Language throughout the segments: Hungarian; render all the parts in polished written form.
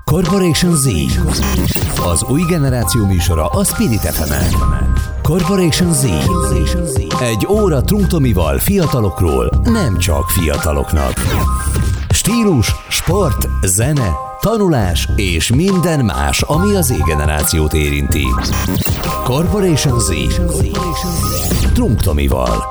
Corporation Z. Az új generáció műsora a Spirit FM-en. Corporation Z. Egy óra Trunk Tomival fiatalokról, nem csak fiataloknak. Stílus, sport, zene, tanulás és minden más, ami az Z-generációt érinti. Corporation Z. Trunk Tomival.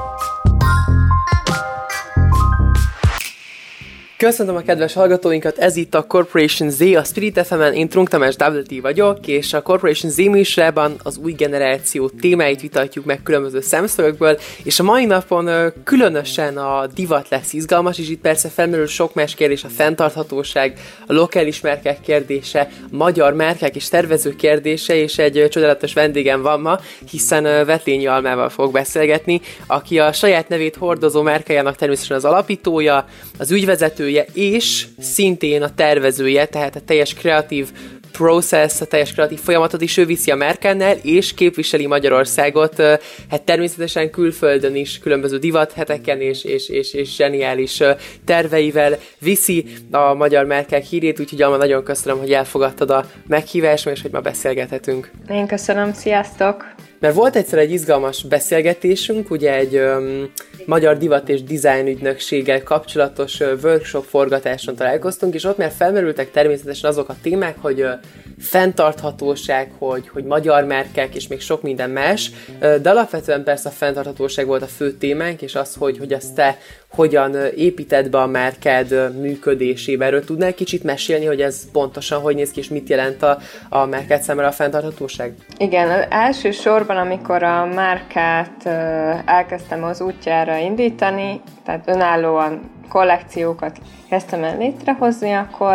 Köszöntöm a kedves hallgatóinkat, ez itt a Corporation Z, a Spirit FM-en, én Trunk Tamás WT vagyok, és a Corporation Z műsorában az új generáció témáit vitatjuk meg különböző szemszögekből, és a mai napon különösen a divat lesz izgalmas, és itt persze felmerül sok más kérdés, a fenntarthatóság, a lokális márkák kérdése, a magyar márkák és tervező kérdése, és egy csodálatos vendégem van ma, hiszen Vetlényi Almával fogok beszélgetni, aki a saját nevét hordozó márkájának természetesen az alapítója, az ügyvezető, és szintén a tervezője, tehát a teljes kreatív process, a teljes kreatív folyamatot is ő viszi a márkánál, és képviseli Magyarországot, hát természetesen külföldön is, különböző divatheteken és zseniális terveivel viszi a magyar márkák hírét, úgyhogy Alma, nagyon köszönöm, hogy elfogadtad a meghívást, és hogy ma beszélgethetünk. Én köszönöm, sziasztok! Mert volt egyszer egy izgalmas beszélgetésünk, ugye egy magyar divat és design ügynökséggel kapcsolatos workshop forgatáson találkoztunk, és ott már felmerültek természetesen azok a témák, hogy fenntarthatóság, hogy magyar márkák és még sok minden más, de alapvetően persze a fenntarthatóság volt a fő témánk, és az, hogy azt te hogyan építed be a márkád működésébe. Erről tudnál kicsit mesélni, hogy ez pontosan hogy néz ki, és mit jelent a márkád számára a fenntarthatóság? Igen, elsősorban, amikor a márkát elkezdtem az útjára indítani, tehát önállóan kollekciókat kezdtem el létrehozni,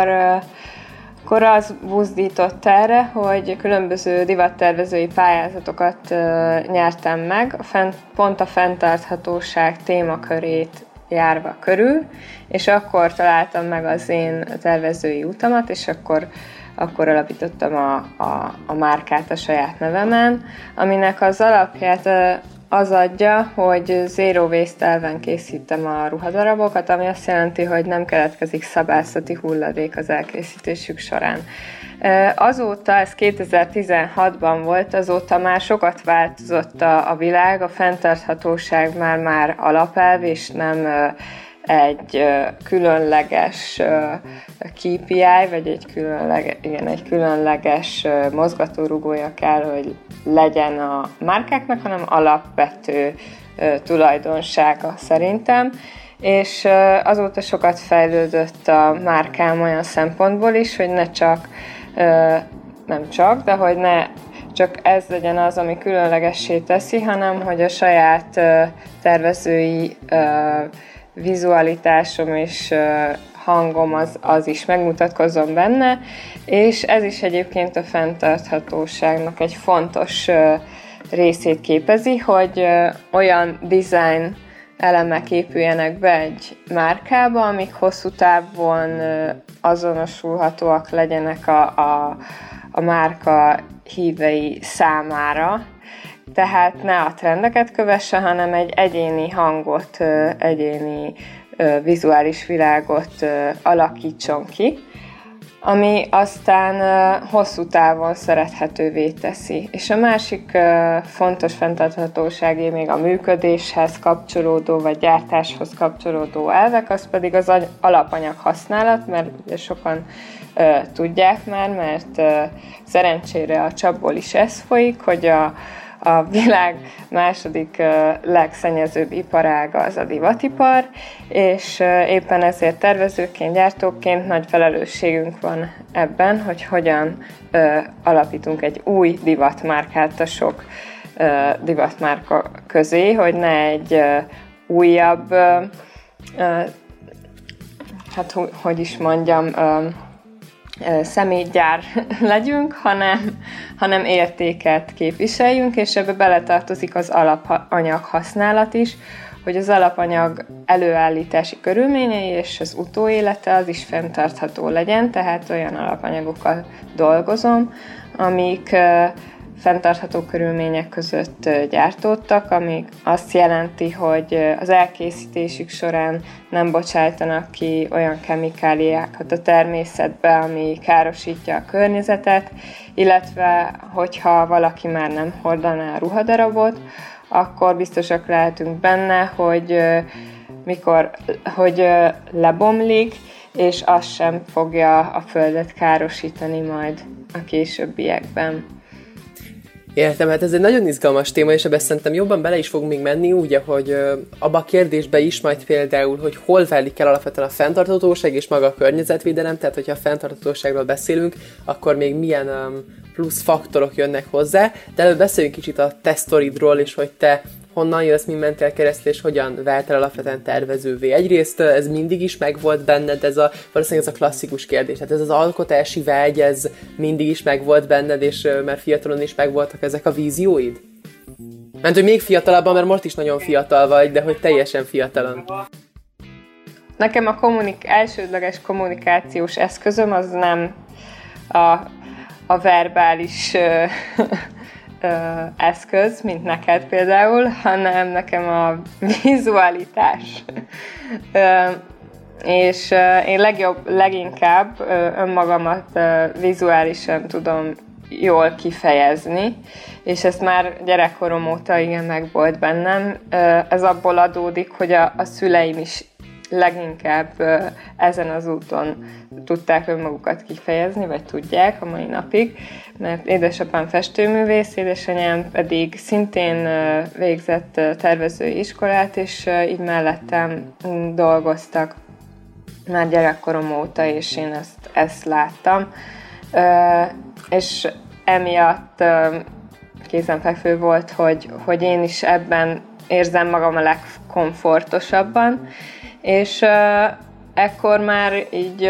akkor az buzdított erre, hogy különböző divattervezői pályázatokat nyertem meg, pont a fenntarthatóság témakörét járva körül, és akkor találtam meg az én tervezői utamat, és akkor alapítottam a márkát a saját nevemen, aminek az alapját az adja, hogy zero waste elven készítem a ruhadarabokat, ami azt jelenti, hogy nem keletkezik szabászati hulladék az elkészítésük során. Azóta, ez 2016-ban volt, azóta már sokat változott a világ, a fenntarthatóság már alapelv, és nem egy különleges KPI, vagy egy különleges mozgatórugója kell, hogy legyen a márkáknak, hanem alapvető tulajdonsága szerintem. És azóta sokat fejlődött a márkám olyan szempontból is, hogy de hogy ne csak ez legyen az, ami különlegessé teszi, hanem hogy a saját tervezői vizualitásom és hangom az is megmutatkozzon benne, és ez is egyébként a fenntarthatóságnak egy fontos részét képezi, hogy olyan design elemek épüljenek be egy márkába, amik hosszú távon azonosulhatóak legyenek a márka hívei számára. Tehát ne a trendeket kövesse, hanem egy egyéni hangot, egyéni vizuális világot alakítson ki, ami aztán hosszú távon szerethetővé teszi. És a másik fontos fenntarthatósági még a működéshez kapcsolódó, vagy gyártáshoz kapcsolódó elvek, az pedig az alapanyag használat, mert ugye sokan tudják már, mert szerencsére a csapból is ez folyik, hogy a világ második legszennyezőbb iparága az a divatipar, és éppen ezért tervezőként, gyártóként nagy felelősségünk van ebben, hogy hogyan alapítunk egy új divatmárkát a sok divatmárka közé, hogy ne egy újabb, személygyár legyünk, hanem értéket képviseljünk, és ebbe beletartozik az alapanyag használat is, hogy az alapanyag előállítási körülményei és az utóélete az is fenntartható legyen, tehát olyan alapanyagokkal dolgozom, amik fenntartható körülmények között gyártódtak, ami azt jelenti, hogy az elkészítésük során nem bocsájtanak ki olyan kemikáliákat a természetbe, ami károsítja a környezetet, illetve hogyha valaki már nem hordaná a ruhadarabot, akkor biztosak lehetünk benne, hogy lebomlik, és az sem fogja a földet károsítani majd a későbbiekben. Értem, hát ez egy nagyon izgalmas téma, és ebben szerintem jobban bele is fog még menni, úgy, hogy abba a kérdésbe is majd például, hogy hol válik el alapvetően a fenntarthatóság és maga a környezetvédelem, tehát hogyha a fenntarthatóságról beszélünk, akkor még milyen plusz faktorok jönnek hozzá, de előbb beszéljünk kicsit a te sztoridról, és hogy te honnan jössz, mi mentél keresztül, és hogyan váltál alapvetően tervezővé. Egyrészt ez mindig is megvolt benned, valószínűleg ez a klasszikus kérdés. Tehát ez az alkotási vágy, ez mindig is megvolt benned, és már fiatalon is megvoltak ezek a vízióid? Mert hogy még fiatalabban, mert most is nagyon fiatal vagy, de hogy teljesen fiatalon. Nekem a elsődleges kommunikációs eszközöm az nem a verbális eszköz, mint neked például, hanem nekem a vizualitás. És én leginkább önmagamat vizuálisan tudom jól kifejezni, és ezt már gyerekkorom óta igen megvolt bennem. Ez abból adódik, hogy a szüleim is leginkább ezen az úton tudták önmagukat kifejezni, vagy tudják a mai napig, mert édesapám festőművész, édesanyám pedig szintén végzett tervezői iskolát, és így mellettem dolgoztak már gyerekkorom óta, és én ezt láttam. És emiatt kézenfekvő volt, hogy én is ebben érzem magam a legkomfortosabban, és ekkor már így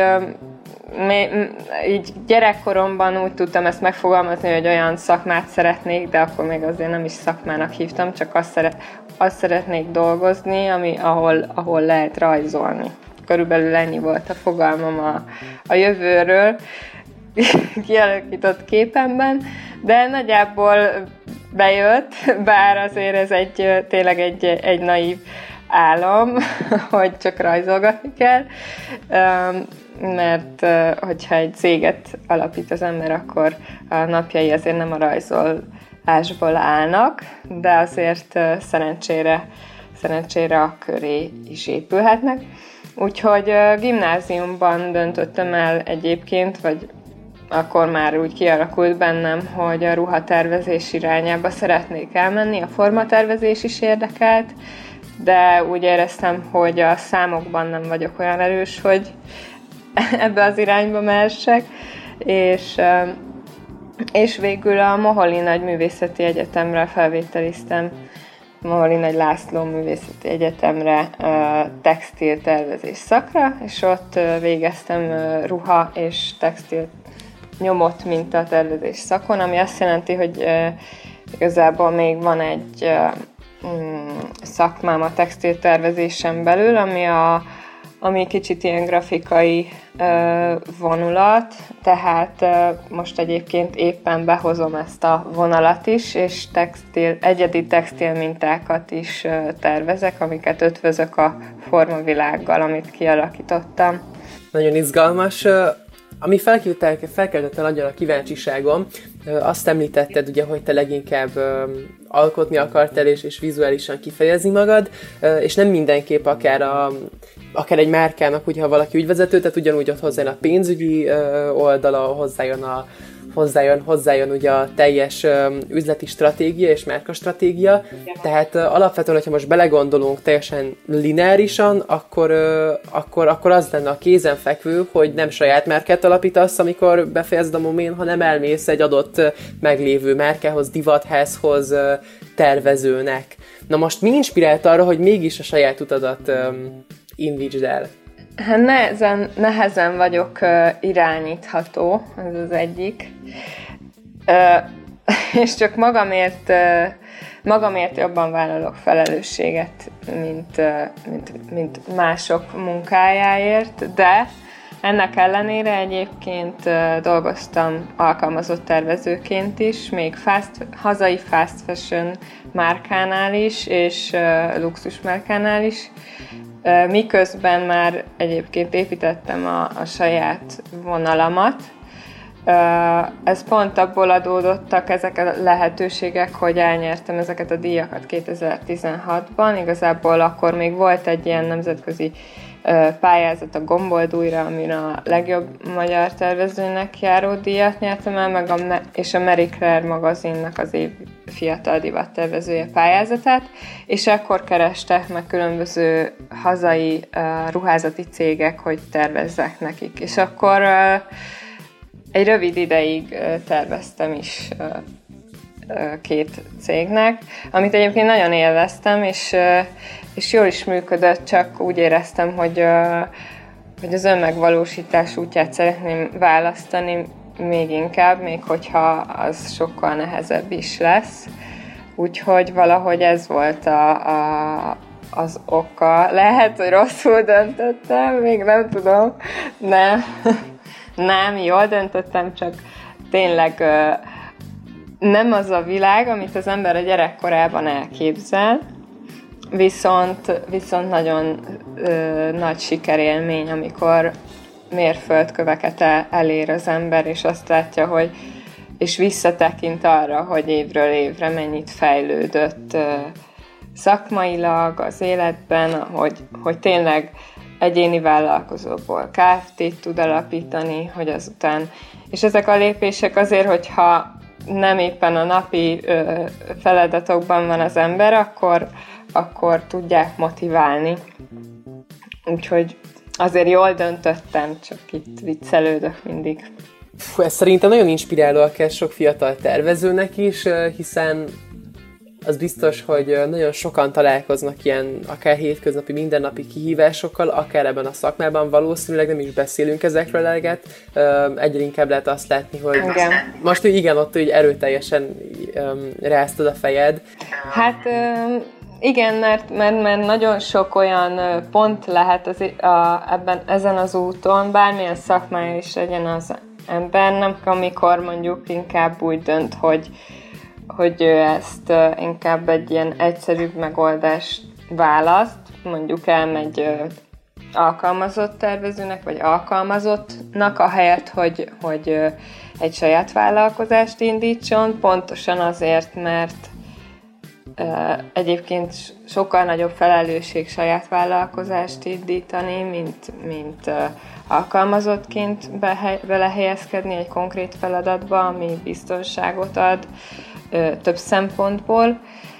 gyerekkoromban úgy tudtam ezt megfogalmazni, hogy olyan szakmát szeretnék, de akkor még azért nem is szakmának hívtam, csak azt szeretnék dolgozni, ahol lehet rajzolni. Körülbelül ennyi volt a fogalmam a jövőről kialakított képemben, de nagyjából bejött, bár azért ez tényleg egy naív álom, hogy csak rajzolgatni kell, mert hogyha egy céget alapít az ember, akkor a napjai azért nem a rajzolásból állnak, de azért szerencsére a köré is épülhetnek. Úgyhogy gimnáziumban döntöttem el egyébként, vagy akkor már úgy kialakult bennem, hogy a ruhatervezés irányába szeretnék elmenni, a formatervezés is érdekelt, de úgy éreztem, hogy a számokban nem vagyok olyan erős, hogy ebbe az irányba mehessek, és végül a Moholy Nagy Művészeti Egyetemre felvételiztem, Moholy Nagy László Művészeti Egyetemre textiltervezés szakra, és ott végeztem ruha és textil nyomott mintatervezés szakon, ami azt jelenti, hogy igazából még van egy szakmám a textiltervezésen belül, ami kicsit ilyen grafikai vonulat, tehát most egyébként éppen behozom ezt a vonalat is, és egyedi textil mintákat is tervezek, amiket ötvözök a formavilággal, amit kialakítottam. Nagyon izgalmas. Ami felkeltette nagyon a kíváncsiságom, azt említetted ugye, hogy te leginkább alkotni akartál és vizuálisan kifejezni magad, és nem mindenképp akár egy márkának, ugye, ha valaki ügyvezető, tehát ugyanúgy ott hozzájön a pénzügyi oldala, hozzájön ugye a teljes üzleti stratégia és márkastratégia, tehát alapvetően, hogyha most belegondolunk teljesen lineárisan, akkor az lenne a kézenfekvő, hogy nem saját márkát alapítasz, amikor befejezed a momén, hanem elmész egy adott meglévő márkához, divatházhoz, tervezőnek. Na most mi inspirált arra, hogy mégis a saját utadat indítsd el? Hát nehezen vagyok irányítható, ez az egyik. És csak magamért jobban vállalok felelősséget, mint mások munkájáért, de Ennek ellenére egyébként dolgoztam alkalmazott tervezőként is, még hazai fast fashion márkánál is, és luxusmárkánál is, miközben már egyébként építettem a saját vonalamat. Ez pont abból adódottak ezek a lehetőségek, hogy elnyertem ezeket a díjakat 2016-ban. Igazából akkor még volt egy ilyen nemzetközi pályázat a Gomboldújra, amin a legjobb magyar tervezőnek járó díjat nyertem el, és a Marie Claire magazinnak az év fiatal divattervezője pályázatát, és akkor kerestek meg különböző hazai ruházati cégek, hogy tervezzek nekik. És akkor egy rövid ideig terveztem is 2 cégnek, amit egyébként nagyon élveztem, és jól is működött, csak úgy éreztem, hogy az önmegvalósítás útját szeretném választani még inkább, még hogyha az sokkal nehezebb is lesz. Úgyhogy valahogy ez volt az oka. Lehet, hogy rosszul döntöttem, még nem tudom. Nem, jól döntöttem, csak tényleg nem az a világ, amit az ember a gyerekkorában elképzel, viszont nagyon nagy sikerélmény, amikor mérföldköveket elér az ember, és azt látja, és visszatekint arra, hogy évről évre mennyit fejlődött szakmailag az életben, hogy tényleg egyéni vállalkozóból Kft-t tud alapítani, hogy azután, és ezek a lépések azért, hogyha nem éppen a napi feladatokban van az ember, akkor tudják motiválni. Úgyhogy azért jól döntöttem, csak itt viccelődök mindig. Ez szerintem nagyon inspirálóak ez sok fiatal tervezőnek is, hiszen az biztos, hogy nagyon sokan találkoznak ilyen akár hétköznapi, mindennapi kihívásokkal, akár ebben a szakmában, valószínűleg nem is beszélünk ezekről eleget. Egyre inkább lehet azt látni, hogy igen. Most igen, ott úgy erőteljesen ráztad a fejed. Hát igen, mert nagyon sok olyan pont lehet ezen az úton, bármilyen szakmája is legyen az embernek, amikor mondjuk inkább úgy dönt, hogy ő ezt inkább egy ilyen egyszerűbb megoldást választ, mondjuk elmegy alkalmazott tervezőnek, vagy alkalmazottnak, ahelyett, hogy egy saját vállalkozást indítson, pontosan azért, mert egyébként sokkal nagyobb felelősség saját vállalkozást indítani, mint alkalmazottként belehelyezkedni egy konkrét feladatba, ami biztonságot ad több szempontból.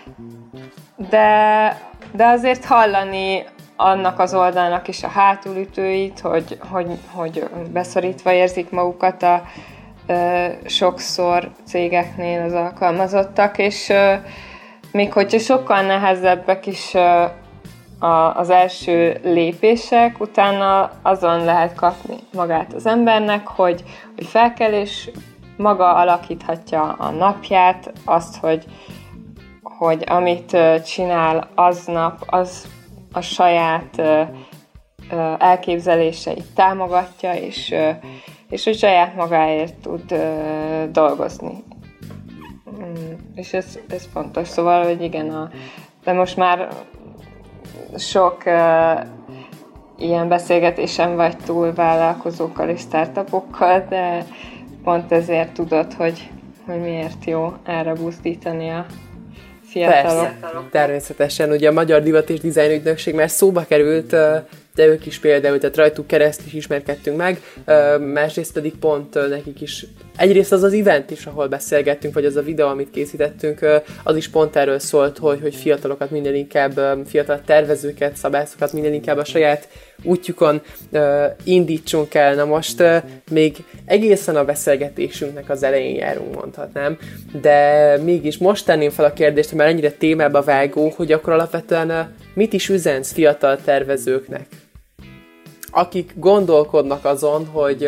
De azért hallani annak az oldalnak is a hátulütőit, hogy beszorítva érzik magukat a sokszor cégeknél az alkalmazottak, és még hogyha sokkal nehezebbek is az első lépések, utána azon lehet kapni magát az embernek, hogy felkel és maga alakíthatja a napját, azt, hogy amit csinál aznap, az a saját elképzeléseit támogatja, és hogy saját magáért tud dolgozni. És ez fontos. Szóval, hogy igen, de most már sok ilyen beszélgetésem vagy túl vállalkozókkal és startupokkal, de pont ezért tudod, hogy miért jó erre buzdítani a fiatalok. Persze, természetesen. Ugye a Magyar Divat és Design Ügynökség már szóba került, de ők is például, tehát rajtuk keresztül is ismerkedtünk meg, másrészt pedig pont nekik is. Egyrészt az az event is, ahol beszélgettünk, vagy az a videó, amit készítettünk, az is pont erről szólt, hogy fiatalokat minél inkább, fiatal tervezőket, szabászokat minél inkább a saját útjukon indítsunk el. Na most még egészen a beszélgetésünknek az elején járunk, mondhatnám, de mégis most tenném fel a kérdést, hogy már ennyire témába vágó, hogy akkor alapvetően mit is üzensz fiatal tervezőknek, akik gondolkodnak azon,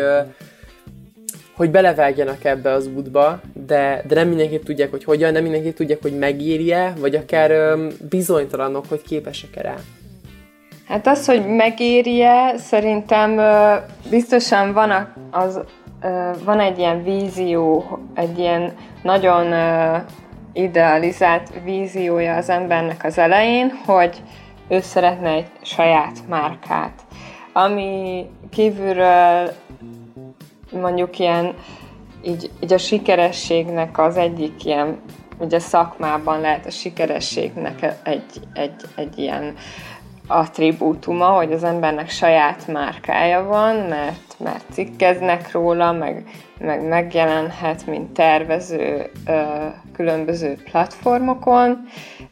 hogy belevágjanak ebbe az útba, de nem mindenképp tudják, hogy hogyan, nem mindenképp tudják, hogy megírje, vagy akár bizonytalanok, hogy képesek-e rá. Hát az, hogy megéri-e, szerintem biztosan van egy ilyen vízió, egy ilyen nagyon idealizált víziója az embernek az elején, hogy ő szeretne egy saját márkát, ami kívülről mondjuk ilyen így a sikerességnek az egyik ilyen, ugye szakmában lehet a sikerességnek egy ilyen attribútuma, hogy az embernek saját márkája van, mert cikkeznek róla, meg megjelenhet, mint tervező különböző platformokon,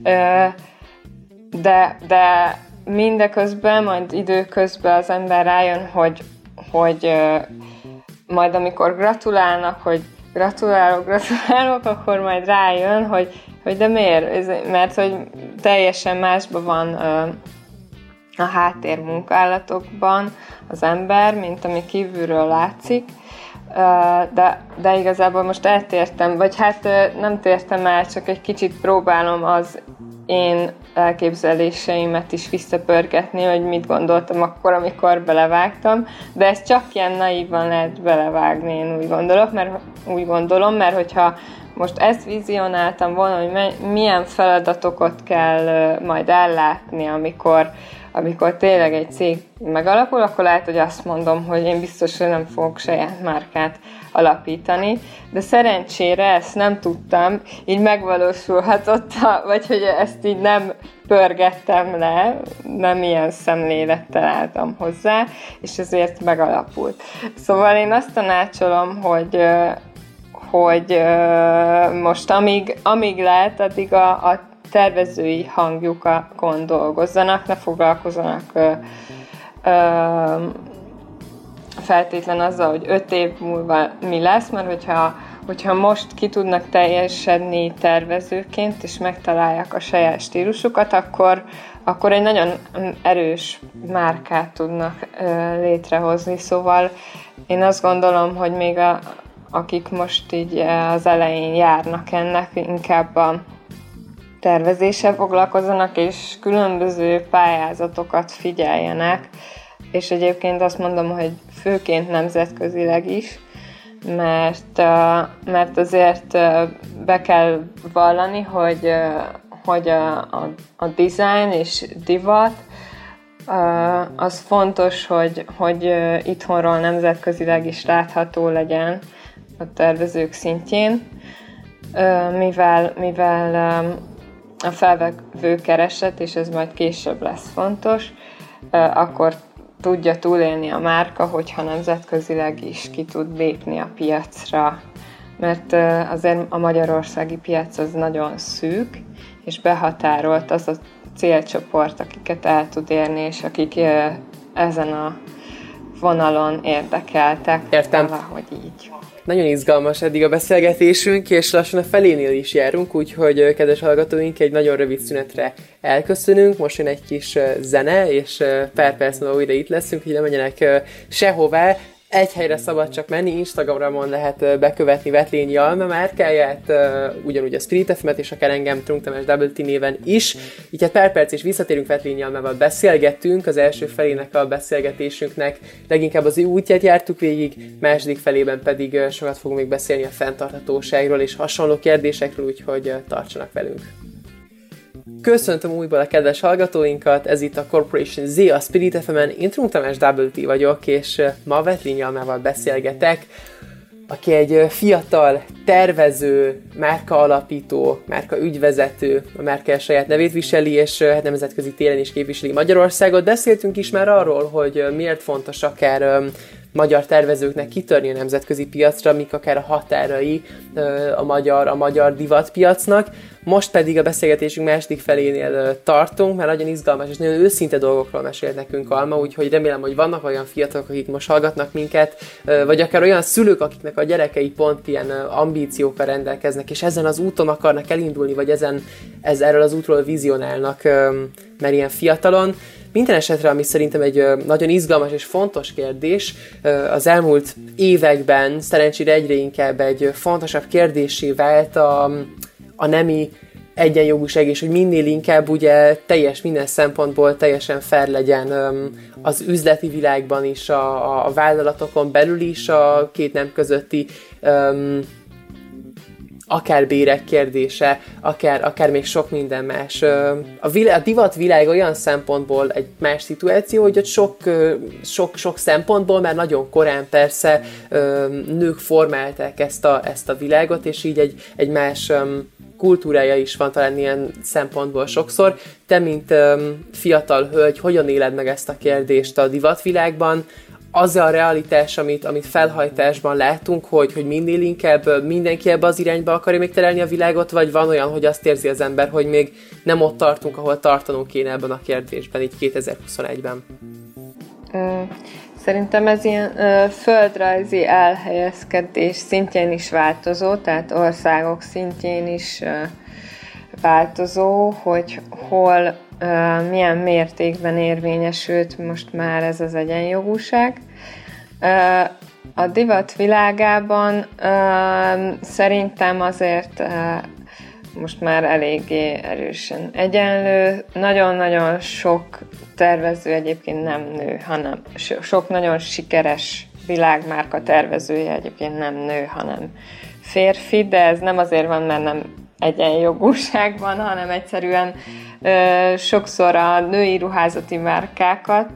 de mindeközben, majd időközben az ember rájön, hogy majd amikor gratulálnak, hogy gratulálok, akkor majd rájön, hogy de miért? Mert hogy teljesen másban van a háttérmunkálatokban az ember, mint ami kívülről látszik, de igazából most eltértem, vagy hát nem tértem el, csak egy kicsit próbálom az én elképzeléseimet is visszapörgetni, hogy mit gondoltam akkor, amikor belevágtam, de ezt csak ilyen naívan lehet belevágni, én úgy gondolom, mert hogyha most ezt vizionáltam volna, hogy milyen feladatokat kell majd ellátni, amikor tényleg egy cég megalapul, akkor lehet, hogy azt mondom, hogy én biztos, hogy nem fogok saját márkát alapítani, de szerencsére ezt nem tudtam, így megvalósulhatott, vagy hogy ezt így nem pörgettem le, nem ilyen szemlélettel álltam hozzá, és ezért megalapult. Szóval én azt tanácsolom, hogy most amíg lehet, addig a tervezői hangjukon dolgozzanak, ne foglalkozzanak feltétlen azzal, hogy 5 év múlva mi lesz, mert hogyha most ki tudnak teljesedni tervezőként, és megtalálják a saját stílusukat, akkor egy nagyon erős márkát tudnak létrehozni. Szóval én azt gondolom, hogy még akik most így az elején járnak ennek, inkább a tervezéssel foglalkozzanak, és különböző pályázatokat figyeljenek, és egyébként azt mondom, hogy főként nemzetközileg is, mert azért be kell vallani, hogy a design és divat az fontos, hogy itthonról nemzetközileg is látható legyen a tervezők szintjén, mivel a felvevő kereset, és ez majd később lesz fontos, akkor tudja túlélni a márka, hogyha nemzetközileg is ki tud lépni a piacra. Mert azért a magyarországi piac az nagyon szűk, és behatárolt az a célcsoport, akiket el tud érni, és akik ezen a vonalon érdekeltek. Értem. Valahogy így. Nagyon izgalmas eddig a beszélgetésünk, és lassan a felénél is járunk, úgyhogy kedves hallgatóink, egy nagyon rövid szünetre elköszönünk. Most jön egy kis zene, és pár perc múlva újra itt leszünk, hogy nem menjenek sehová. Egy helyre szabad csak menni, Instagramon lehet bekövetni Vetlényi Alma márkáját, ugyanúgy a Spirit FM-et, és akár engem Trunk Tamás Double T néven is. Így hát pár perc és visszatérünk, Vetlényi Almával beszélgettünk, az első felének a beszélgetésünknek leginkább az ő útját jártuk végig, második felében pedig sokat fogunk még beszélni a fenntarthatóságról és hasonló kérdésekről, úgyhogy tartsanak velünk. Köszöntöm újból a kedves hallgatóinkat, ez itt a Corporation Z, a Spirit FM-en, én Trunk Tamás Double T vagyok, és ma Vetlényi Almával beszélgetek, aki egy fiatal tervező, márkaalapító, márkaügyvezető, a márka saját nevét viseli, és hát nemzetközi téren is képviseli Magyarországot. Beszéltünk is már arról, hogy miért fontos akár magyar tervezőknek kitörni a nemzetközi piacra, mik akár a határai a magyar divatpiacnak. Most pedig a beszélgetésünk második felénél tartunk, mert nagyon izgalmas és nagyon őszinte dolgokról mesélt nekünk Alma, úgyhogy remélem, hogy vannak olyan fiatalok, akik most hallgatnak minket, vagy akár olyan szülők, akiknek a gyerekei pont ilyen ambíciókkal rendelkeznek, és ezen az úton akarnak elindulni, vagy erről az útról vizionálnak, mert ilyen fiatalon. Minden esetre, ami szerintem egy nagyon izgalmas és fontos kérdés, az elmúlt években szerencsére egyre inkább egy fontosabb kérdéssé vált a nemi egyenjogúság, és hogy minél inkább ugye minden szempontból teljesen fair legyen az üzleti világban is, a vállalatokon belül is, a két nem közötti akár bérek kérdése, akár még sok minden más. A divat világ olyan szempontból egy más szituáció, hogy ott sok szempontból már nagyon korán persze nők formálták ezt a világot, és így egy más kultúrája is van talán ilyen szempontból sokszor. Te, mint fiatal hölgy, hogyan éled meg ezt a kérdést a divatvilágban? Az a realitás, amit felhajtásban látunk, hogy minél inkább mindenki ebbe az irányba akarja még terelni a világot, vagy van olyan, hogy azt érzi az ember, hogy még nem ott tartunk, ahol tartanunk kéne ebben a kérdésben, így 2021-ben? Szerintem ez ilyen földrajzi elhelyezkedés szintjén is változó, tehát országok szintjén is változó, hogy hol milyen mértékben érvényesült most már ez az egyenjogúság. A divat világában szerintem azért most már eléggé erősen egyenlő. Nagyon-nagyon sok tervező egyébként nem nő, hanem sok nagyon sikeres világmárka tervezője egyébként nem nő, hanem férfi, de ez nem azért van, mert nem egyenjogúság van, hanem egyszerűen sokszor a női ruházati márkákat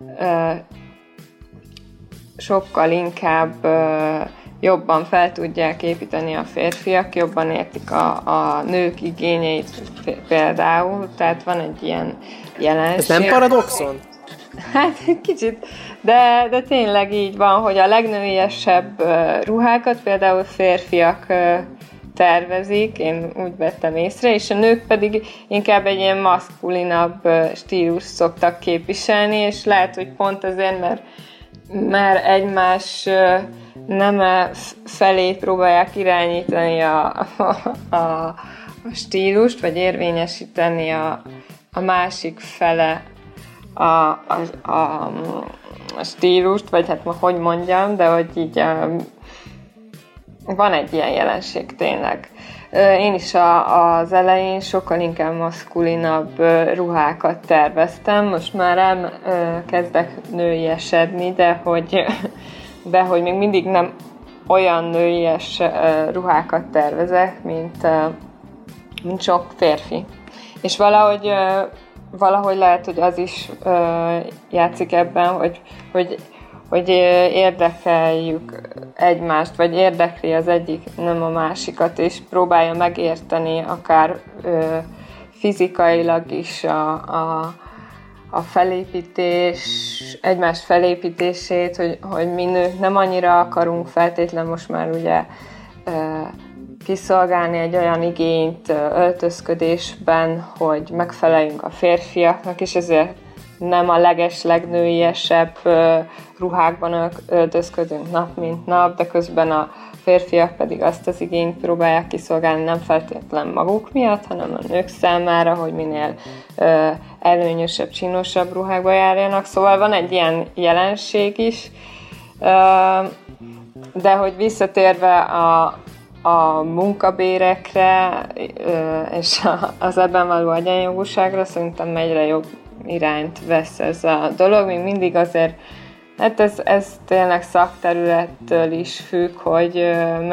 sokkal inkább jobban fel tudják építeni a férfiak, jobban értik a nők igényeit például, tehát van egy ilyen jelenség. Ez nem paradoxon? Hát egy kicsit, de tényleg így van, hogy a legnőiesebb ruhákat például férfiak tervezik, én úgy vettem észre, és a nők pedig inkább egy ilyen maszkulinabb stílus szoktak képviselni, és lehet, hogy pont azért, mert egymás neme felé próbálják irányítani a stílust, vagy érvényesíteni a másik fele a stílust, vagy hát hogy mondjam, de hogy így van egy ilyen jelenség tényleg. Én is az elején sokkal inkább maszkulinabb ruhákat terveztem, most már kezdek nőiesedni, de hogy még mindig nem olyan nőies ruhákat tervezek, mint sok férfi. És valahogy lehet, hogy az is játszik ebben, hogy érdekeljük egymást, vagy érdekli az egyik, nem a másikat, és próbálja megérteni akár fizikailag is a felépítés, egymás felépítését, hogy mi nők nem annyira akarunk feltétlen most már ugye kiszolgálni egy olyan igényt öltözködésben, hogy megfeleljünk a férfiaknak, és ezért nem a legnőiesebb ruhákban öltözködünk nap mint nap, de közben a férfiak pedig azt az igényt próbálják kiszolgálni nem feltétlen maguk miatt, hanem a nők számára, hogy minél előnyösebb, csinosabb ruhákba járjanak. Szóval van egy ilyen jelenség is, de hogy visszatérve a munkabérekre és az ebben való egyenjogúságra, szerintem egyre jobb irányt vesz ez a dolog. Még mindig azért, hát ez tényleg szakterülettől is függ, hogy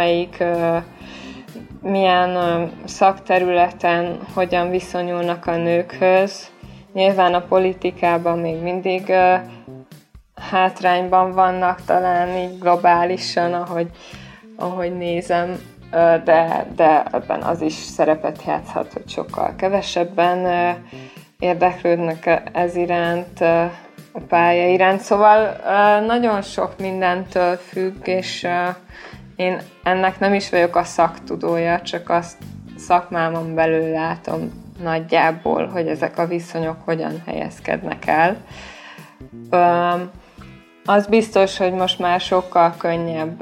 milyen szakterületen hogyan viszonyulnak a nőkhöz. Nyilván a politikában még mindig hátrányban vannak, talán így globálisan, ahogy nézem, de ebben az is szerepet játszhat, hogy sokkal kevesebben érdeklődnek ez iránt, a pálya iránt. Szóval nagyon sok mindentől függ, és én ennek nem is vagyok a szaktudója, csak azt szakmámon belül látom nagyjából, hogy ezek a viszonyok hogyan helyezkednek el. Az biztos, hogy most már sokkal könnyebb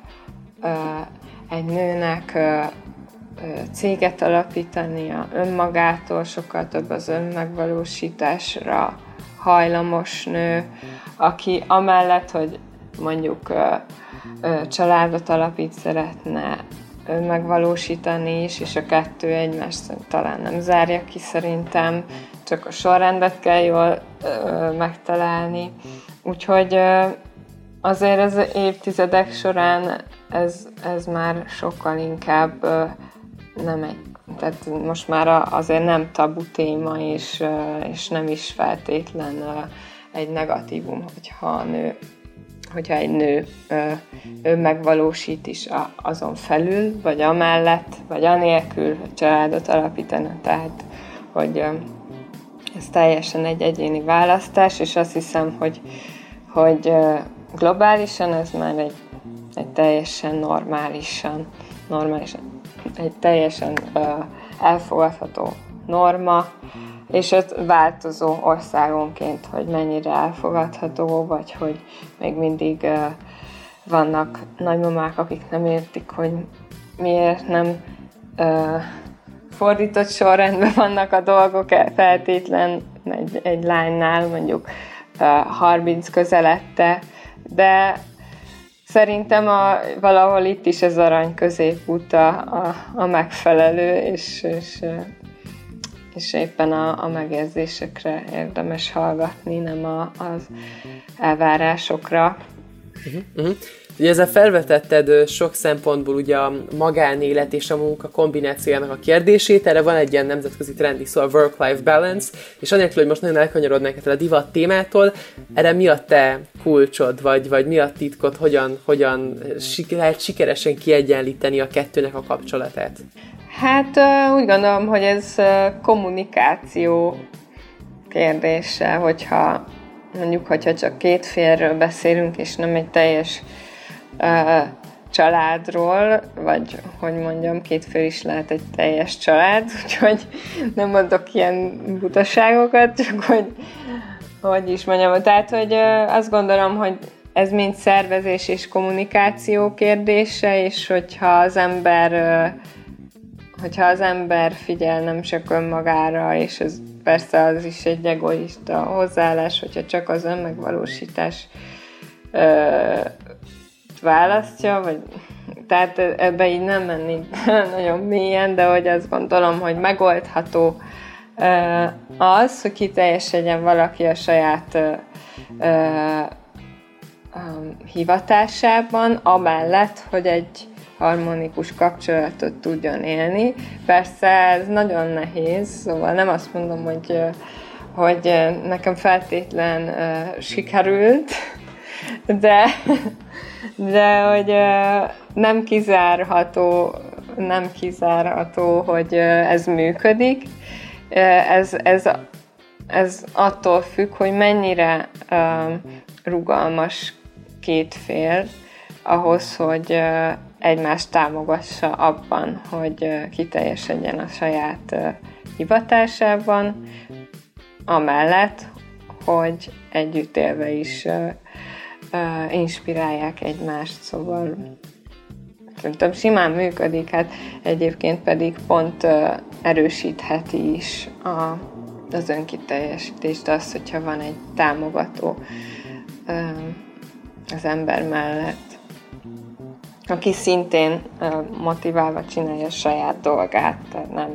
egy nőnek céget alapítania önmagától, sokkal több az önmegvalósításra hajlamos nő, aki amellett, hogy mondjuk családot alapít, szeretne megvalósítani is, és a kettő egymást talán nem zárja ki szerintem, csak a sorrendet kell jól megtalálni. Úgyhogy azért az évtizedek során ez már sokkal inkább nem egy, tehát most már azért nem tabu téma, és nem is feltétlen egy negatívum, hogyha egy nő megvalósít is azon felül, vagy amellett, vagy anélkül, hogy családot alapítana. Tehát, hogy ez teljesen egy egyéni választás, és azt hiszem, hogy globálisan ez már egy teljesen normálisan, egy teljesen elfogadható norma, és ez változó országonként, hogy mennyire elfogadható, vagy hogy még mindig vannak nagymamák, akik nem értik, hogy miért nem fordított sorrendben vannak a dolgok feltétlen egy lánynál, mondjuk 30 közelette, de szerintem valahol itt is az arany középút a megfelelő, és éppen a megérzésekre érdemes hallgatni, nem az elvárásokra. Ugye ezzel felvetetted sok szempontból ugye a magánélet és a munka kombinációjának a kérdését, erre van egy ilyen nemzetközi trend is, szó a work-life balance, és anélkül, hogy most nagyon elkanyarodnánk ettől a divat témától, erre mi a te kulcsod, vagy mi a titkod, hogyan lehet sikeresen kiegyenlíteni a kettőnek a kapcsolatát? Hát úgy gondolom, hogy ez kommunikáció kérdése, hogyha csak két félről beszélünk, és nem egy teljes családról, vagy hogy mondjam, két fél is lehet egy teljes család, úgyhogy nem mondok ilyen butaságokat, csak hogy is mondjam. Tehát, hogy azt gondolom, hogy ez mind szervezés és kommunikáció kérdése, és hogyha az ember figyel nem csak önmagára, és ez persze az is egy egoista hozzáállás, hogyha csak az önmegvalósítás választja, tehát ebbe így nem menni nagyon mélyen, de hogy azt gondolom, hogy megoldható az, hogy kiteljesedjen valaki a saját hivatásában, amellett, hogy egy harmonikus kapcsolatot tudjon élni. Persze ez nagyon nehéz, szóval nem azt mondom, hogy nekem feltétlen sikerült, de hogy nem kizárható, hogy ez működik. Ez attól függ, hogy mennyire rugalmas két fél ahhoz, hogy egymást támogassa abban, hogy kiteljesedjen a saját hivatásában, amellett, hogy együtt élve is inspirálják egymást, szóval szerintem simán működik, hát egyébként pedig pont erősítheti is az önkiteljesítést, az, hogyha van egy támogató az ember mellett, aki szintén motiválva csinálja a saját dolgát, tehát nem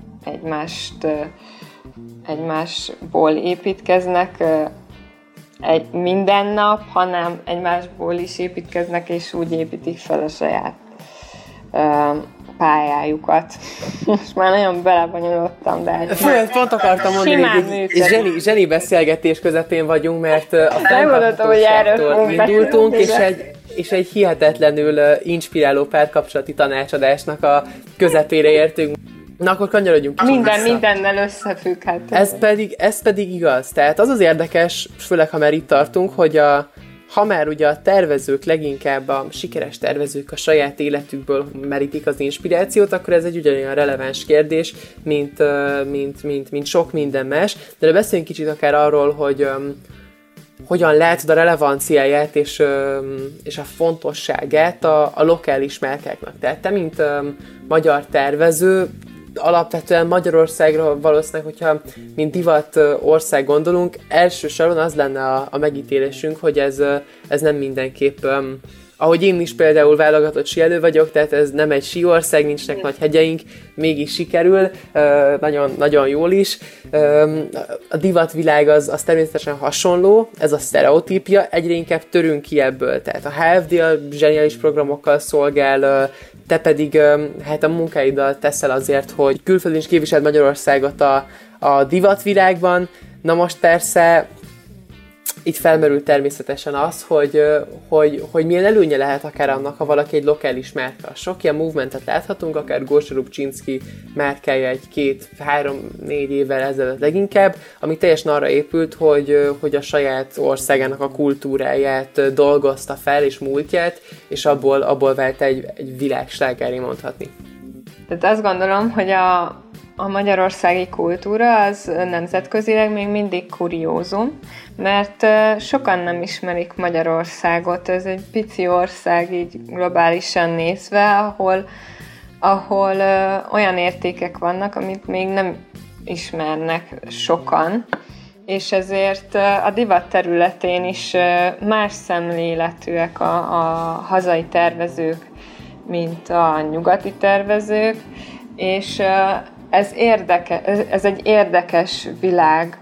egymásból építkeznek minden nap, hanem egymásból is építkeznek, és úgy építik fel a saját pályájukat. Most már nagyon belebonyolódtam, de pont akartam mondani, hogy zseni beszélgetés közepén vagyunk, mert a fenntarthatóságtól indultunk, és egy hihetetlenül inspiráló párkapcsolati tanácsadásnak a közepére értünk. Na, akkor kanyarodjunk kicsit mindennel összefügg. Hát ez pedig igaz. Tehát az érdekes, főleg ha már itt tartunk, hogy ha már ugye a tervezők, leginkább a sikeres tervezők a saját életükből merítik az inspirációt, akkor ez egy ugyanolyan releváns kérdés, mint sok minden más. De beszéljünk kicsit akár arról, hogy hogyan látod a relevanciáját és a fontosságát a lokális márkáknak. Tehát te, mint magyar tervező, alapvetően Magyarországra valószínűleg, hogyha mint divat ország gondolunk, elsősorban az lenne a megítélésünk, hogy ez nem mindenképp ahogy én is például válogatott síelő vagyok, tehát ez nem egy síország, nincsnek nagy hegyeink, mégis sikerül, nagyon, nagyon jól is. A divatvilág az természetesen hasonló, ez a sztereotípia, egyre inkább törünk ki ebből, tehát a HFD a zseniális programokkal szolgál, te pedig hát a munkáiddal teszel azért, hogy külföldön is képviseld Magyarországot a divatvilágban. Na most persze itt felmerül természetesen az, hogy milyen előnye lehet akár annak, ha valaki egy lokális márka. Sok ilyen movementet láthatunk, akár Gosha Rubcsinszky márkája egy 2-3-4 évvel ezelőtt leginkább, ami teljesen arra épült, hogy a saját országának a kultúráját dolgozta fel, és múltját, és abból vált egy világslágáré mondhatni. Tehát azt gondolom, hogy a magyarországi kultúra az nemzetközileg még mindig kuriózum, mert sokan nem ismerik Magyarországot. Ez egy pici ország így globálisan nézve, ahol olyan értékek vannak, amit még nem ismernek sokan, és ezért a divat területén is más szemléletűek a hazai tervezők, mint a nyugati tervezők, és ez egy érdekes világ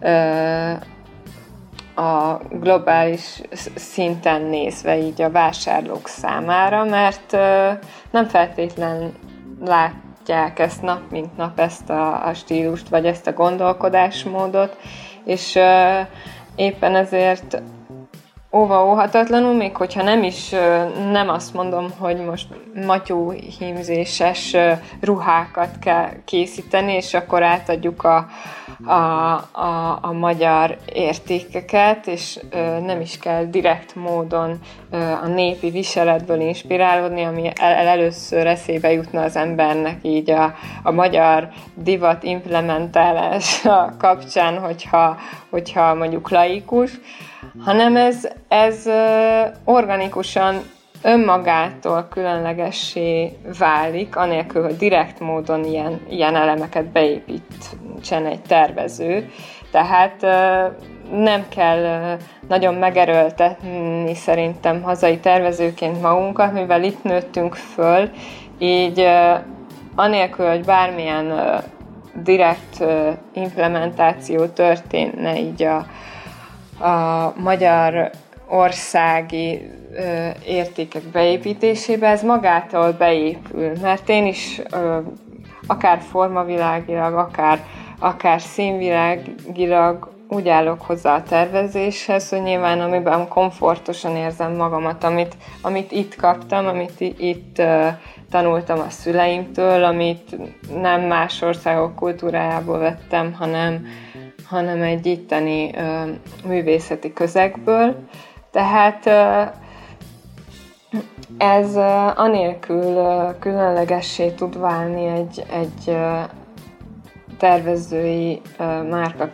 a globális szinten nézve így a vásárlók számára, mert nem feltétlen látják ezt nap mint nap, ezt a stílust, vagy ezt a gondolkodásmódot, és éppen ezért óhatatlanul, még hogyha nem azt mondom, hogy most matyóhímzéses ruhákat kell készíteni, és akkor átadjuk a magyar értékeket, és nem is kell direkt módon a népi viseletből inspirálódni, ami először eszébe jutna az embernek így a magyar divat implementálása kapcsán, hogyha mondjuk laikus, hanem ez organikusan önmagától különlegessé válik, anélkül, hogy direkt módon ilyen elemeket beépítsen egy tervező. Tehát nem kell nagyon megerőltetni szerintem hazai tervezőként magunkat, mivel itt nőttünk föl, így anélkül, hogy bármilyen direkt implementáció történne így a magyar országi értékek beépítésébe, ez magától beépül, mert én is akár formavilágilag, akár színvilágilag úgy állok hozzá a tervezéshez, hogy nyilván amiben komfortosan érzem magamat, amit itt kaptam, amit itt tanultam a szüleimtől, amit nem más országok kultúrájából vettem, hanem egy itteni művészeti közegből. Tehát ez anélkül különlegessé tud válni egy tervezői márka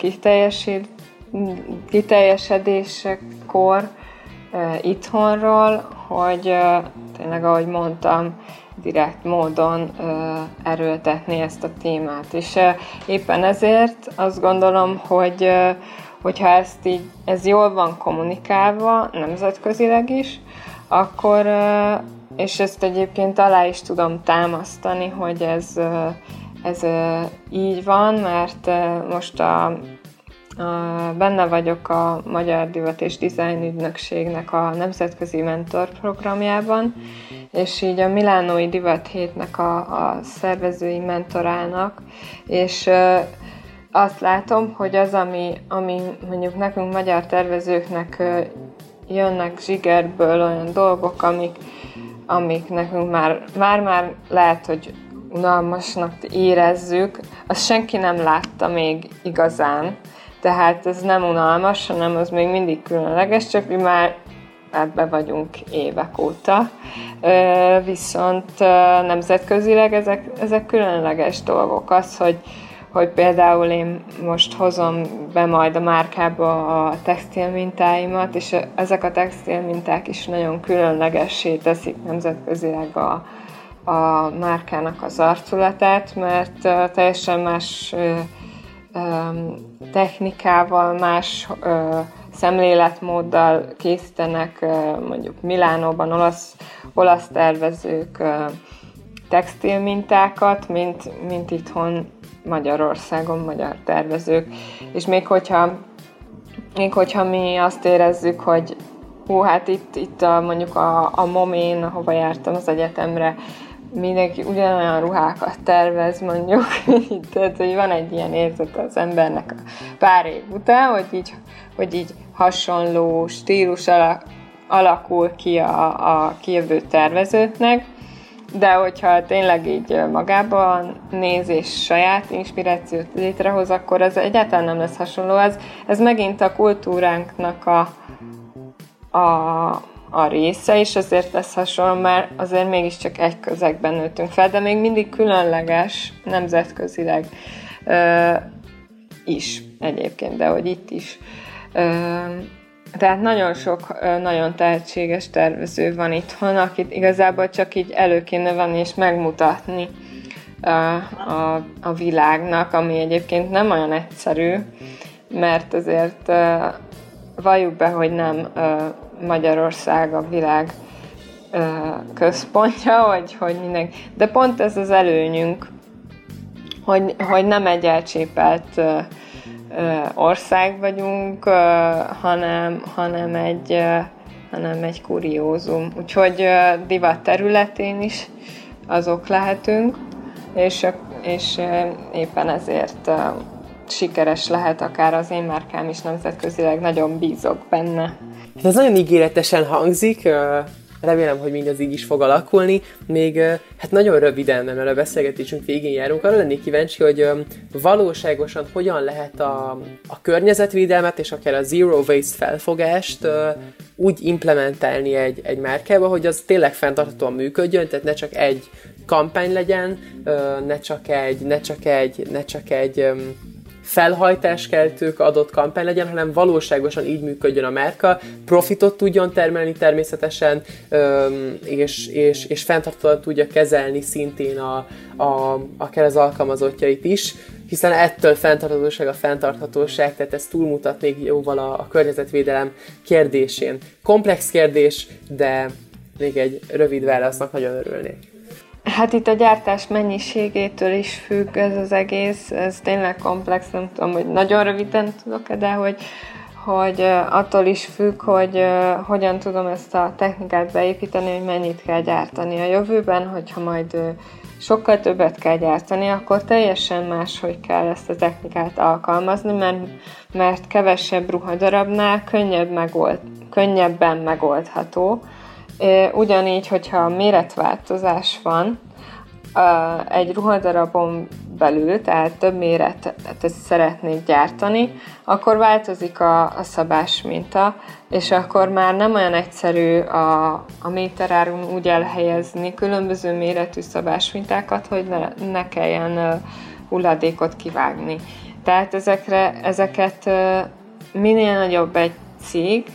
kiteljesedésekor itthonról, hogy tényleg, ahogy mondtam, direkt módon erőltetni ezt a témát. És éppen ezért azt gondolom, hogyha ez jól van kommunikálva, nemzetközileg is, akkor, és ezt egyébként alá is tudom támasztani, hogy ez így van, mert most benne vagyok a Magyar Divat és Design Ügynökségnek a Nemzetközi Mentor programjában, és így a Milánói Divat Hétnek a szervezői mentorálnak, és azt látom, hogy az, ami mondjuk nekünk magyar tervezőknek jönnek zsigerből olyan dolgok, amik nekünk már lehet, hogy unalmasnak érezzük, azt senki nem látta még igazán. Tehát ez nem unalmas, hanem az még mindig különleges, csak mi már ebbe vagyunk évek óta. Viszont nemzetközileg ezek különleges dolgok. Az, hogy például én most hozom be majd a márkába a textilmintáimat, és ezek a textilminták is nagyon különlegessé teszik nemzetközileg a márkának az arculatát, mert teljesen más technikával, más szemléletmóddal készítenek mondjuk Milánóban olasz tervezők textilmintákat, mint itthon Magyarországon magyar tervezők. És még hogyha mi azt érezzük, hogy hát itt mondjuk a MOM-én, ahova jártam az egyetemre, mindenki ugyanolyan ruhákat tervez, mondjuk. Tehát, hogy van egy ilyen érzet az embernek pár év után, hogy így hasonló stílus alakul ki a kijövő tervezőknek, de hogyha tényleg így magában néz és saját inspirációt létrehoz, akkor ez egyáltalán nem lesz hasonló. Ez megint a kultúránknak a része, és azért lesz hasonló, mert azért mégiscsak egy közegben nőttünk fel, de még mindig különleges nemzetközileg is egyébként, de hogy itt is. Tehát nagyon sok nagyon tehetséges tervező van itthon, akit igazából csak így elő kéne venni és megmutatni a világnak, ami egyébként nem olyan egyszerű, mert azért valljuk be, hogy nem Magyarország a világ központja, hogy mindenki. De pont ez az előnyünk, hogy nem egy elcsépelt ország vagyunk, hanem egy kuriózum. Úgyhogy divat területén is azok lehetünk, és éppen ezért sikeres lehet akár az én márkám is nemzetközileg, nagyon bízok benne. Ez nagyon ígéretesen hangzik, remélem, hogy mindez így is fog alakulni. Még hát nagyon röviden, mert a beszélgetésünk végén járunk, arra lennék kíváncsi, hogy valóságosan hogyan lehet a környezetvédelmet és akár a zero waste felfogást úgy implementálni egy márkába, hogy az tényleg fenntarthatóan működjön, tehát ne csak egy kampány legyen, ne csak egy felhajtáskeltők adott kampány legyen, hanem valóságosan így működjön a márka, profitot tudjon termelni természetesen, és fenntartóan tudja kezelni szintén akár az alkalmazottjait is, hiszen ettől fenntarthatóság a fenntarthatóság, tehát ez túlmutat még jóval a környezetvédelem kérdésén. Komplex kérdés, de még egy rövid válasznak nagyon örülnék. Hát itt a gyártás mennyiségétől is függ ez az egész, ez tényleg komplex, nem tudom, hogy nagyon röviden tudok, de hogy attól is függ, hogy hogyan tudom ezt a technikát beépíteni, hogy mennyit kell gyártani a jövőben, hogyha majd sokkal többet kell gyártani, akkor teljesen máshogy kell ezt a technikát alkalmazni, mert kevesebb ruhadarabnál könnyebben megoldható. Ugyanígy, hogyha méretváltozás van egy ruhadarabon belül, tehát több méretet szeretnék gyártani, akkor változik a szabásminta, és akkor már nem olyan egyszerű a méterárun úgy elhelyezni különböző méretű szabásmintákat, hogy ne kelljen hulladékot kivágni. Tehát ezeket minél nagyobb egy cég,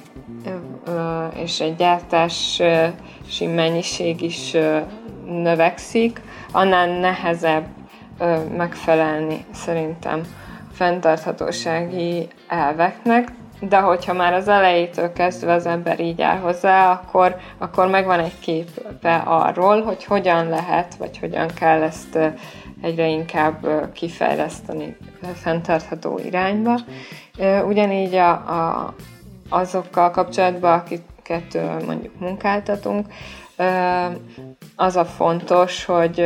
és egy gyártási mennyiség is növekszik, annál nehezebb megfelelni szerintem fenntarthatósági elveknek, de hogyha már az elejétől kezdve az ember így áll hozzá, akkor megvan egy képe arról, hogy hogyan lehet, vagy hogyan kell ezt egyre inkább kifejleszteni fenntartható irányba. Ugyanígy azokkal kapcsolatban, akiket mondjuk munkáltatunk, az a fontos,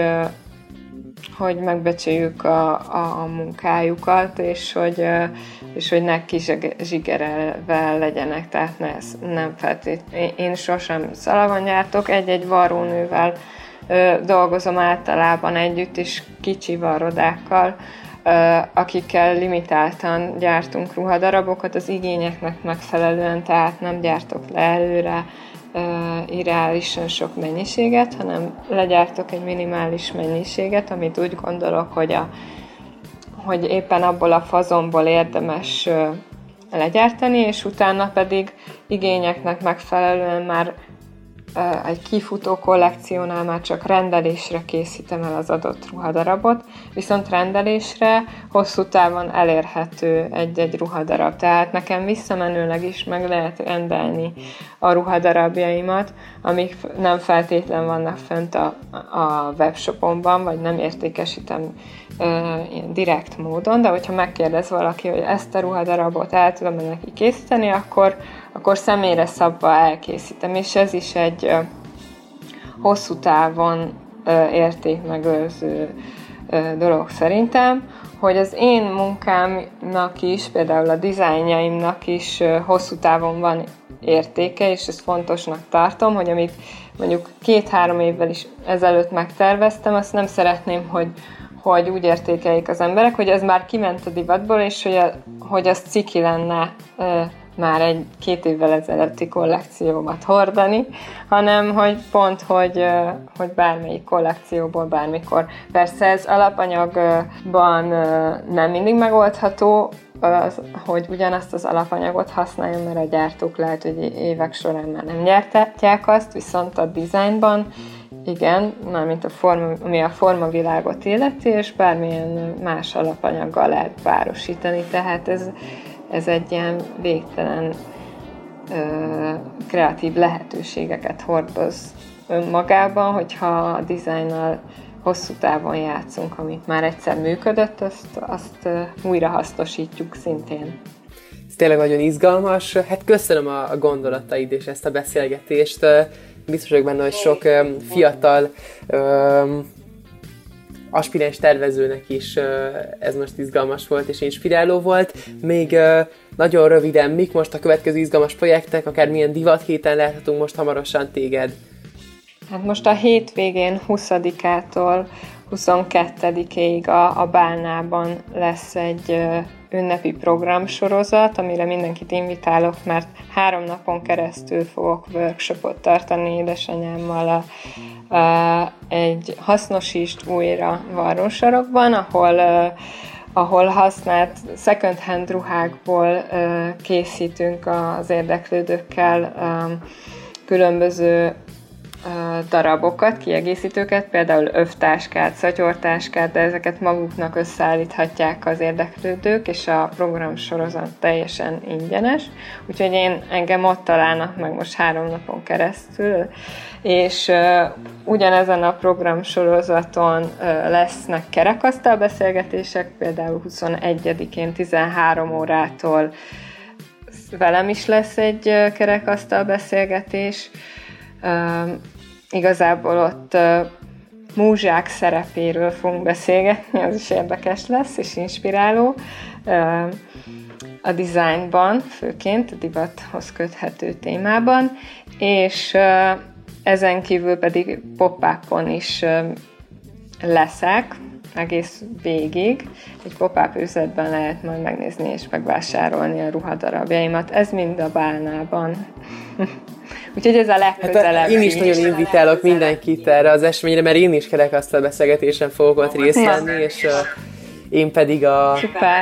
hogy megbecsüljük a munkájukat, és hogy ne kizsigerelve legyenek, tehát nem feltétlenül. Én sosem szalagon gyártok, egy-egy varrónővel dolgozom általában együtt, és kicsi varrodákkal, akikkel limitáltan gyártunk ruhadarabokat az igényeknek megfelelően, tehát nem gyártok le előre irreálisan sok mennyiséget, hanem legyártok egy minimális mennyiséget, amit úgy gondolok, hogy éppen abból a fazonból érdemes legyártani, és utána pedig igényeknek megfelelően már egy kifutó kollekciónál már csak rendelésre készítem el az adott ruhadarabot, viszont rendelésre hosszú távon elérhető egy ruhadarab. Tehát nekem visszamenőleg is meg lehet rendelni a ruhadarabjaimat, amik nem feltétlen vannak fönt a webshopomban, vagy nem értékesítem ilyen direkt módon, de hogyha megkérdez valaki, hogy ezt a ruhadarabot el tudom neki készíteni, akkor személyre szabva elkészítem, és ez is egy hosszú távon értékmegőrző dolog szerintem, hogy az én munkámnak is, például a dizájnjaimnak is hosszú távon van értéke, és ezt fontosnak tartom, hogy amit mondjuk 2-3 évvel is ezelőtt megterveztem, azt nem szeretném, hogy úgy értékeljék az emberek, hogy ez már kiment a divatból, és hogy az ciki lenne már 2 évvel ezelőtti kollekciómat hordani, hanem hogy pont, hogy bármelyik kollekcióból bármikor. Persze ez alapanyagban nem mindig megoldható, hogy ugyanazt az alapanyagot használjon, mert a gyártók lehet, hogy évek során már nem gyártják azt, viszont a dizájnban igen, mármint ami a formavilágot illeti, és bármilyen más alapanyaggal lehet párosítani, tehát ez egy ilyen végtelen kreatív lehetőségeket hordoz önmagában, hogyha a dizájnnal hosszú távon játszunk, amit már egyszer működött, azt újra hasznosítjuk szintén. Ez tényleg nagyon izgalmas. Hát köszönöm a gondolataid és ezt a beszélgetést. Biztos vagyok benne, hogy sok fiatal aspiráns tervezőnek is ez most izgalmas volt és inspiráló volt. Még nagyon röviden, mik most a következő izgalmas projektek, akár milyen divathéten láthatunk most hamarosan téged? Hát most a hétvégén 20-ától 22-ig a Bálnában lesz egy ünnepi programsorozat, amire mindenkit invitálok, mert 3 napon keresztül fogok workshopot tartani édesanyámmal egy hasznosítsd újra varrósarokban, ahol használt second hand ruhákból készítünk az érdeklődőkkel különböző darabokat, kiegészítőket, például övtáskát, szatyortáskát, de ezeket maguknak összeállíthatják az érdeklődők, és a programsorozat teljesen ingyenes. Úgyhogy engem ott találnak meg most 3 napon keresztül, és ugyanezen a programsorozaton lesznek kerekasztal beszélgetések, például 21-én 13 órától velem is lesz egy kerekasztal beszélgetés. Igazából ott múzsák szerepéről fogunk beszélgetni, az is érdekes lesz és inspiráló. A dizájnban, főként a divathoz köthető témában, és ezen kívül pedig pop-upon is leszek egész végig. Egy pop-up üzletben lehet majd megnézni és megvásárolni a ruhadarabjaimat. Ez mind a Bálnában. Úgyhogy ez a legközelebb. Hát én is nagyon invitálok mindenkit erre az eseményre, mert én is kerekasztal beszélgetésen fogok ott részt venni, és én pedig a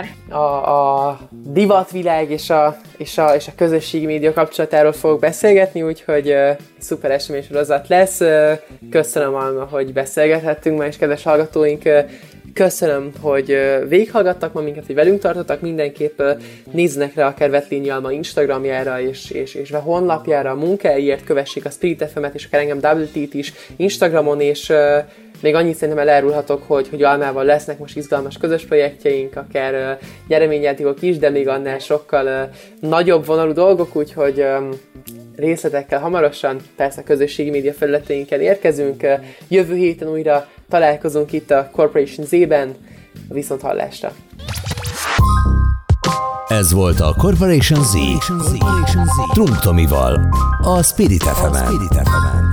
divatvilág és a közösségi média kapcsolatáról fogok beszélgetni, úgyhogy szuper eseménysorozat lesz. Köszönöm, Alma, hogy beszélgethettünk ma, és kedves hallgatóink, köszönöm, hogy végighallgattak ma minket, hogy velünk tartottak. Mindenképp nézzenek rá akár Vetlényi Alma Instagramjára és a honlapjára, a munkáiért, kövessék a Spirit FM-et és akár engem WT-t is Instagramon, és még annyit szerintem elárulhatok, hogy Almával lesznek most izgalmas közös projektjeink, akár nyereményjátékok is, de még annál sokkal nagyobb vonalú dolgok, úgyhogy részletekkel hamarosan, persze a közösségi média felületeinken érkezünk. Jövő héten újra találkozunk itt a Corporation Z-ben, a viszonthallásra. Ez volt a Corporation Z Trunk Tomival, a Spirit FM-en.